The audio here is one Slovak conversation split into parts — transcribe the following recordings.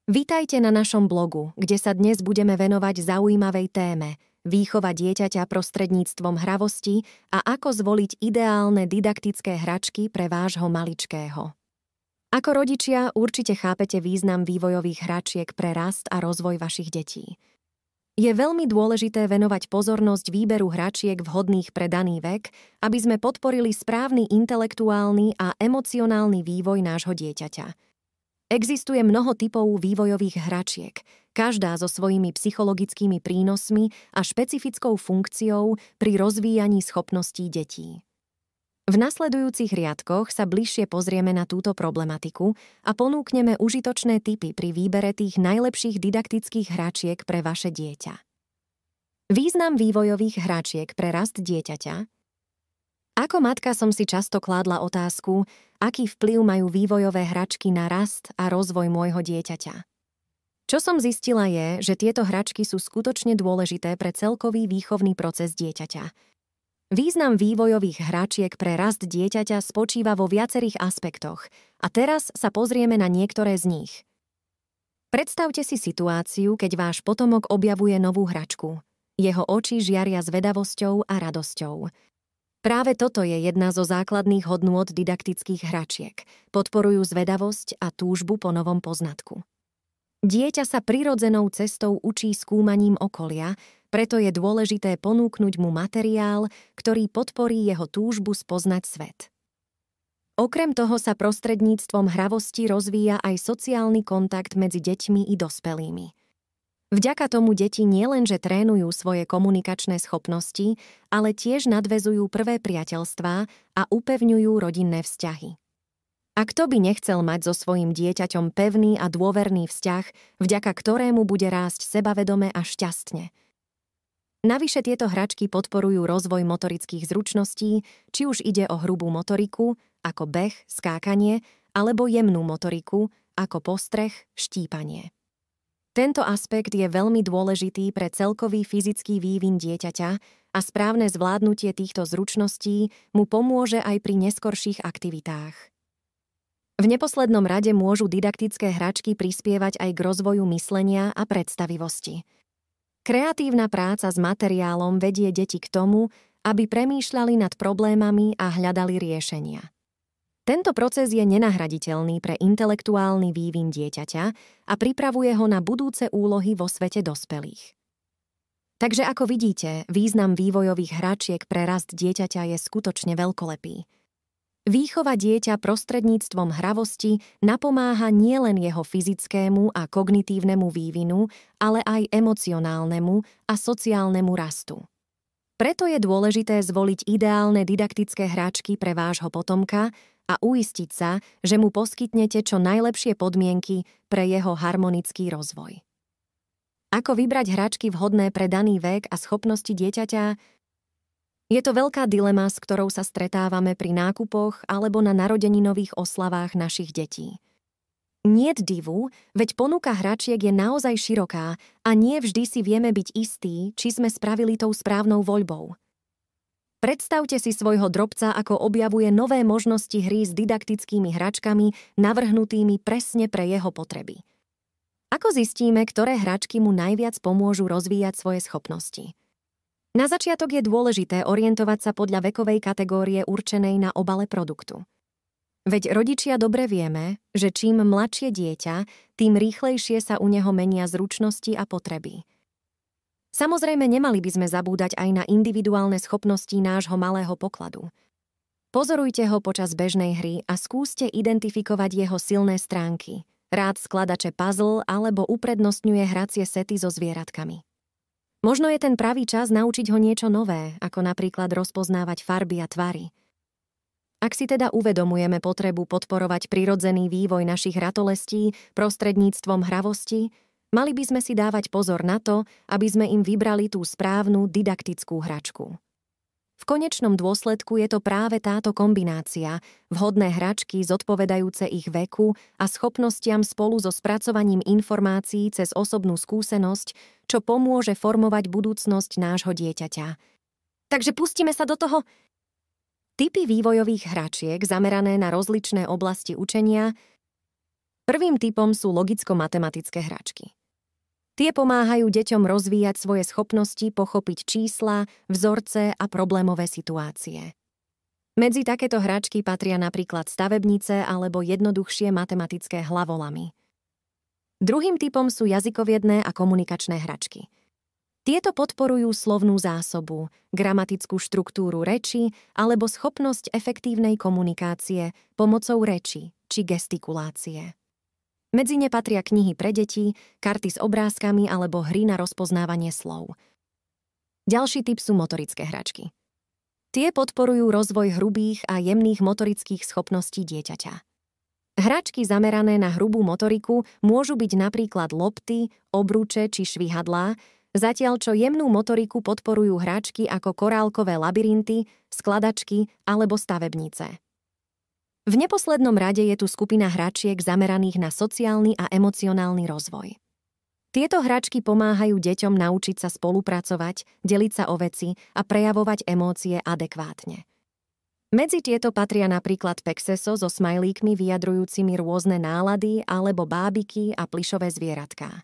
Vitajte na našom blogu, kde sa dnes budeme venovať zaujímavej téme výchova dieťaťa prostredníctvom hravosti a ako zvoliť ideálne didaktické hračky pre vášho maličkého. Ako rodičia určite chápete význam vývojových hračiek pre rast a rozvoj vašich detí. Je veľmi dôležité venovať pozornosť výberu hračiek vhodných pre daný vek, aby sme podporili správny intelektuálny a emocionálny vývoj nášho dieťaťa. Existuje mnoho typov vývojových hračiek, každá so svojimi psychologickými prínosmi a špecifickou funkciou pri rozvíjaní schopností detí. V nasledujúcich riadkoch sa bližšie pozrieme na túto problematiku a ponúkneme užitočné tipy pri výbere tých najlepších didaktických hračiek pre vaše dieťa. Význam vývojových hračiek pre rast dieťaťa. Ako matka som si často kládla otázku, aký vplyv majú vývojové hračky na rast a rozvoj môjho dieťaťa. Čo som zistila je, že tieto hračky sú skutočne dôležité pre celkový výchovný proces dieťaťa. Význam vývojových hračiek pre rast dieťaťa spočíva vo viacerých aspektoch a teraz sa pozrieme na niektoré z nich. Predstavte si situáciu, keď váš potomok objavuje novú hračku. Jeho oči žiaria zvedavosťou a radosťou. Práve toto je jedna zo základných hodnôt didaktických hračiek. Podporujú zvedavosť a túžbu po novom poznatku. Dieťa sa prirodzenou cestou učí skúmaním okolia, preto je dôležité ponúknuť mu materiál, ktorý podporí jeho túžbu spoznať svet. Okrem toho sa prostredníctvom hravosti rozvíja aj sociálny kontakt medzi deťmi i dospelými. Vďaka tomu deti nielenže trénujú svoje komunikačné schopnosti, ale tiež nadväzujú prvé priateľstvá a upevňujú rodinné vzťahy. A kto by nechcel mať so svojím dieťaťom pevný a dôverný vzťah, vďaka ktorému bude rásť sebavedome a šťastne? Navyše tieto hračky podporujú rozvoj motorických zručností, či už ide o hrubú motoriku, ako beh, skákanie, alebo jemnú motoriku, ako postreh, štípanie. Tento aspekt je veľmi dôležitý pre celkový fyzický vývin dieťaťa a správne zvládnutie týchto zručností mu pomôže aj pri neskorších aktivitách. V neposlednom rade môžu didaktické hračky prispievať aj k rozvoju myslenia a predstavivosti. Kreatívna práca s materiálom vedie deti k tomu, aby premýšľali nad problémami a hľadali riešenia. Tento proces je nenahraditeľný pre intelektuálny vývin dieťaťa a pripravuje ho na budúce úlohy vo svete dospelých. Takže ako vidíte, význam vývojových hračiek pre rast dieťaťa je skutočne veľkolepý. Výchova dieťa prostredníctvom hravosti napomáha nielen jeho fyzickému a kognitívnemu vývinu, ale aj emocionálnemu a sociálnemu rastu. Preto je dôležité zvoliť ideálne didaktické hračky pre vášho potomka a uistiť sa, že mu poskytnete čo najlepšie podmienky pre jeho harmonický rozvoj. Ako vybrať hračky vhodné pre daný vek a schopnosti dieťaťa? Je to veľká dilema, s ktorou sa stretávame pri nákupoch alebo na narodeninových oslavách našich detí. Niet divu, veď ponuka hračiek je naozaj široká a nie vždy si vieme byť istí, či sme spravili tou správnou voľbou. Predstavte si svojho drobca, ako objavuje nové možnosti hry s didaktickými hračkami, navrhnutými presne pre jeho potreby. Ako zistíme, ktoré hračky mu najviac pomôžu rozvíjať svoje schopnosti? Na začiatok je dôležité orientovať sa podľa vekovej kategórie určenej na obale produktu. Veď rodičia dobre vieme, že čím mladšie dieťa, tým rýchlejšie sa u neho menia zručnosti a potreby. Samozrejme, nemali by sme zabúdať aj na individuálne schopnosti nášho malého pokladu. Pozorujte ho počas bežnej hry a skúste identifikovať jeho silné stránky. Rád skladače puzzle alebo uprednostňuje hracie sety so zvieratkami. Možno je ten pravý čas naučiť ho niečo nové, ako napríklad rozpoznávať farby a tvary. Ak si teda uvedomujeme potrebu podporovať prirodzený vývoj našich ratolestí prostredníctvom hravosti, mali by sme si dávať pozor na to, aby sme im vybrali tú správnu didaktickú hračku. V konečnom dôsledku je to práve táto kombinácia, vhodné hračky zodpovedajúce ich veku a schopnostiam spolu so spracovaním informácií cez osobnú skúsenosť, čo pomôže formovať budúcnosť nášho dieťaťa. Takže pustíme sa do toho. Typy vývojových hračiek zamerané na rozličné oblasti učenia. Prvým typom sú logicko-matematické hračky. Tie pomáhajú deťom rozvíjať svoje schopnosti pochopiť čísla, vzorce a problémové situácie. Medzi takéto hračky patria napríklad stavebnice alebo jednoduchšie matematické hlavolamy. Druhým typom sú jazykoviedne a komunikačné hračky. Tieto podporujú slovnú zásobu, gramatickú štruktúru reči alebo schopnosť efektívnej komunikácie pomocou reči či gestikulácie. Medzi ne patria knihy pre deti, karty s obrázkami alebo hry na rozpoznávanie slov. Ďalší typ sú motorické hračky. Tie podporujú rozvoj hrubých a jemných motorických schopností dieťaťa. Hračky zamerané na hrubú motoriku môžu byť napríklad lopty, obruče či švihadlá, zatiaľ čo jemnú motoriku podporujú hračky ako korálkové labyrinty, skladačky alebo stavebnice. V neposlednom rade je tu skupina hračiek zameraných na sociálny a emocionálny rozvoj. Tieto hračky pomáhajú deťom naučiť sa spolupracovať, deliť sa o veci a prejavovať emócie adekvátne. Medzi tieto patria napríklad pexeso so smajlíkmi vyjadrujúcimi rôzne nálady alebo bábiky a plyšové zvieratká.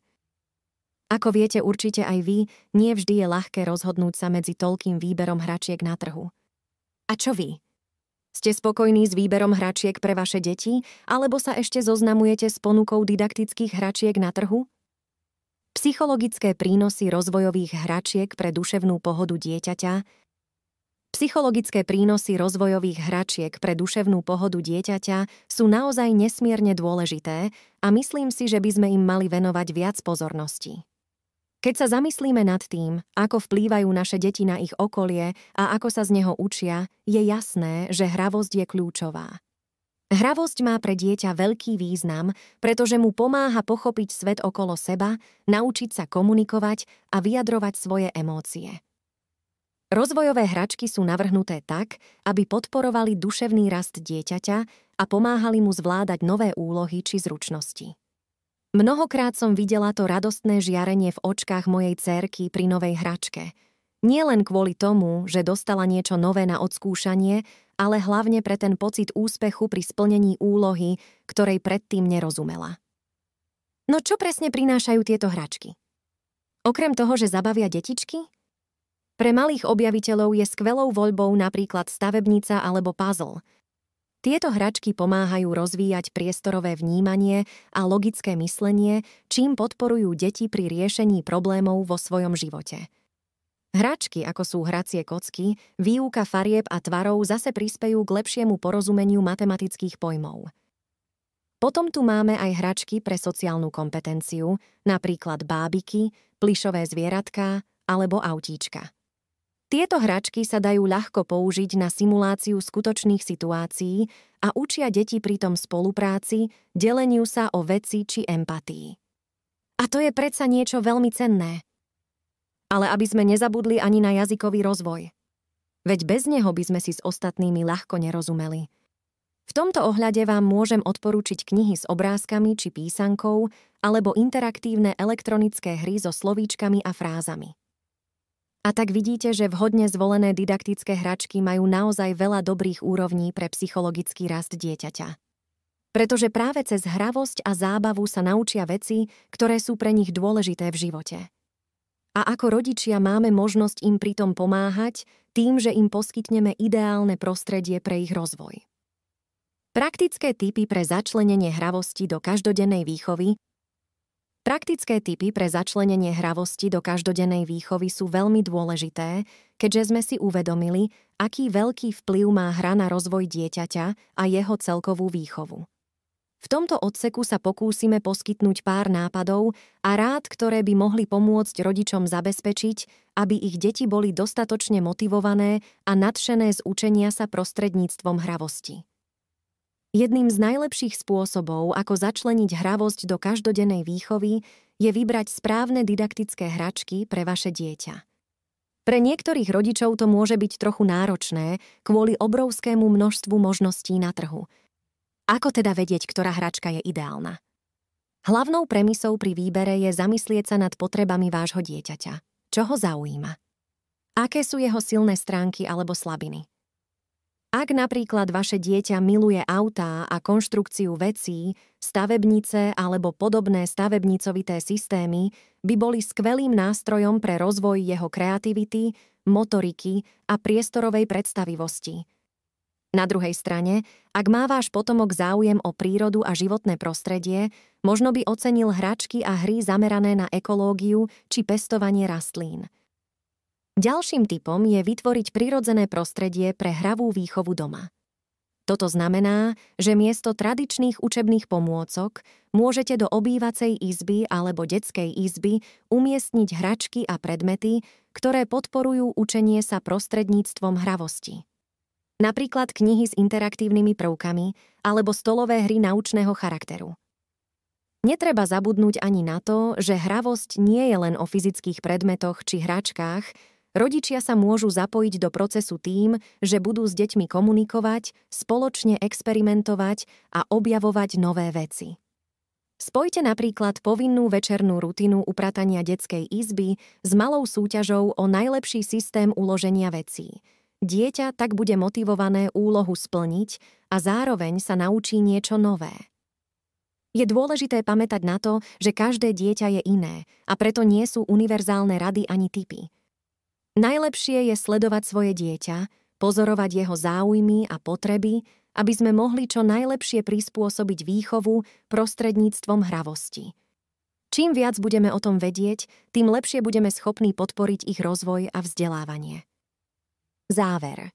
Ako viete určite aj vy, nie vždy je ľahké rozhodnúť sa medzi toľkým výberom hračiek na trhu. A čo vy? Ste spokojní s výberom hračiek pre vaše deti, alebo sa ešte zoznamujete s ponukou didaktických hračiek na trhu? Psychologické prínosy rozvojových hračiek pre duševnú pohodu dieťaťa. Psychologické prínosy rozvojových hračiek pre duševnú pohodu dieťaťa sú naozaj nesmierne dôležité a myslím si, že by sme im mali venovať viac pozornosti. Keď sa zamyslíme nad tým, ako vplývajú naše deti na ich okolie a ako sa z neho učia, je jasné, že hravosť je kľúčová. Hravosť má pre dieťa veľký význam, pretože mu pomáha pochopiť svet okolo seba, naučiť sa komunikovať a vyjadrovať svoje emócie. Rozvojové hračky sú navrhnuté tak, aby podporovali duševný rast dieťaťa a pomáhali mu zvládať nové úlohy či zručnosti. Mnohokrát som videla to radostné žiarenie v očkách mojej dcérky pri novej hračke. Nie len kvôli tomu, že dostala niečo nové na odskúšanie, ale hlavne pre ten pocit úspechu pri splnení úlohy, ktorej predtým nerozumela. No čo presne prinášajú tieto hračky? Okrem toho, že zabavia detičky? Pre malých objaviteľov je skvelou voľbou napríklad stavebnica alebo puzzle. Tieto hračky pomáhajú rozvíjať priestorové vnímanie a logické myslenie, čím podporujú deti pri riešení problémov vo svojom živote. Hračky, ako sú hracie kocky, výuka farieb a tvarov zase prispejú k lepšiemu porozumeniu matematických pojmov. Potom tu máme aj hračky pre sociálnu kompetenciu, napríklad bábiky, plyšové zvieratká alebo autíčka. Tieto hračky sa dajú ľahko použiť na simuláciu skutočných situácií a učia deti pritom spolupráci, deleniu sa o veci či empatii. A to je predsa niečo veľmi cenné. Ale aby sme nezabudli ani na jazykový rozvoj. Veď bez neho by sme si s ostatnými ľahko nerozumeli. V tomto ohľade vám môžem odporúčiť knihy s obrázkami či písankou alebo interaktívne elektronické hry so slovíčkami a frázami. A tak vidíte, že vhodne zvolené didaktické hračky majú naozaj veľa dobrých úrovní pre psychologický rast dieťaťa. Pretože práve cez hravosť a zábavu sa naučia veci, ktoré sú pre nich dôležité v živote. A ako rodičia máme možnosť im pritom pomáhať tým, že im poskytneme ideálne prostredie pre ich rozvoj. Praktické tipy pre začlenenie hravosti do každodennej výchovy. Praktické tipy pre začlenenie hravosti do každodennej výchovy sú veľmi dôležité, keďže sme si uvedomili, aký veľký vplyv má hra na rozvoj dieťaťa a jeho celkovú výchovu. V tomto odseku sa pokúsime poskytnúť pár nápadov a rád, ktoré by mohli pomôcť rodičom zabezpečiť, aby ich deti boli dostatočne motivované a nadšené z učenia sa prostredníctvom hravosti. Jedným z najlepších spôsobov, ako začleniť hravosť do každodennej výchovy, je vybrať správne didaktické hračky pre vaše dieťa. Pre niektorých rodičov to môže byť trochu náročné kvôli obrovskému množstvu možností na trhu. Ako teda vedieť, ktorá hračka je ideálna? Hlavnou premisou pri výbere je zamyslieť sa nad potrebami vášho dieťaťa. Čo ho zaujíma? Aké sú jeho silné stránky alebo slabiny? Ak napríklad vaše dieťa miluje autá a konštrukciu vecí, stavebnice alebo podobné stavebnicovité systémy by boli skvelým nástrojom pre rozvoj jeho kreativity, motoriky a priestorovej predstavivosti. Na druhej strane, ak má váš potomok záujem o prírodu a životné prostredie, možno by ocenil hračky a hry zamerané na ekológiu či pestovanie rastlín. Ďalším tipom je vytvoriť prirodzené prostredie pre hravú výchovu doma. Toto znamená, že miesto tradičných učebných pomôcok môžete do obývacej izby alebo detskej izby umiestniť hračky a predmety, ktoré podporujú učenie sa prostredníctvom hravosti. Napríklad knihy s interaktívnymi prvkami alebo stolové hry naučného charakteru. Netreba zabudnúť ani na to, že hravosť nie je len o fyzických predmetoch či hračkách. Rodičia sa môžu zapojiť do procesu tým, že budú s deťmi komunikovať, spoločne experimentovať a objavovať nové veci. Spojte napríklad povinnú večernú rutinu upratania detskej izby s malou súťažou o najlepší systém uloženia vecí. Dieťa tak bude motivované úlohu splniť a zároveň sa naučí niečo nové. Je dôležité pamätať na to, že každé dieťa je iné a preto nie sú univerzálne rady ani tipy. Najlepšie je sledovať svoje dieťa, pozorovať jeho záujmy a potreby, aby sme mohli čo najlepšie prispôsobiť výchovu prostredníctvom hravosti. Čím viac budeme o tom vedieť, tým lepšie budeme schopní podporiť ich rozvoj a vzdelávanie. Záver.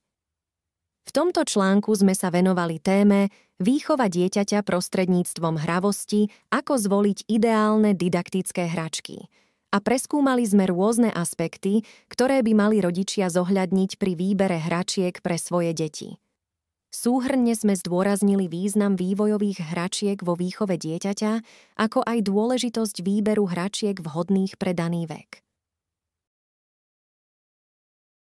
V tomto článku sme sa venovali téme výchova dieťaťa prostredníctvom hravosti, ako zvoliť ideálne didaktické hračky. A preskúmali sme rôzne aspekty, ktoré by mali rodičia zohľadniť pri výbere hračiek pre svoje deti. Súhrnne sme zdôraznili význam vývojových hračiek vo výchove dieťaťa, ako aj dôležitosť výberu hračiek vhodných pre daný vek.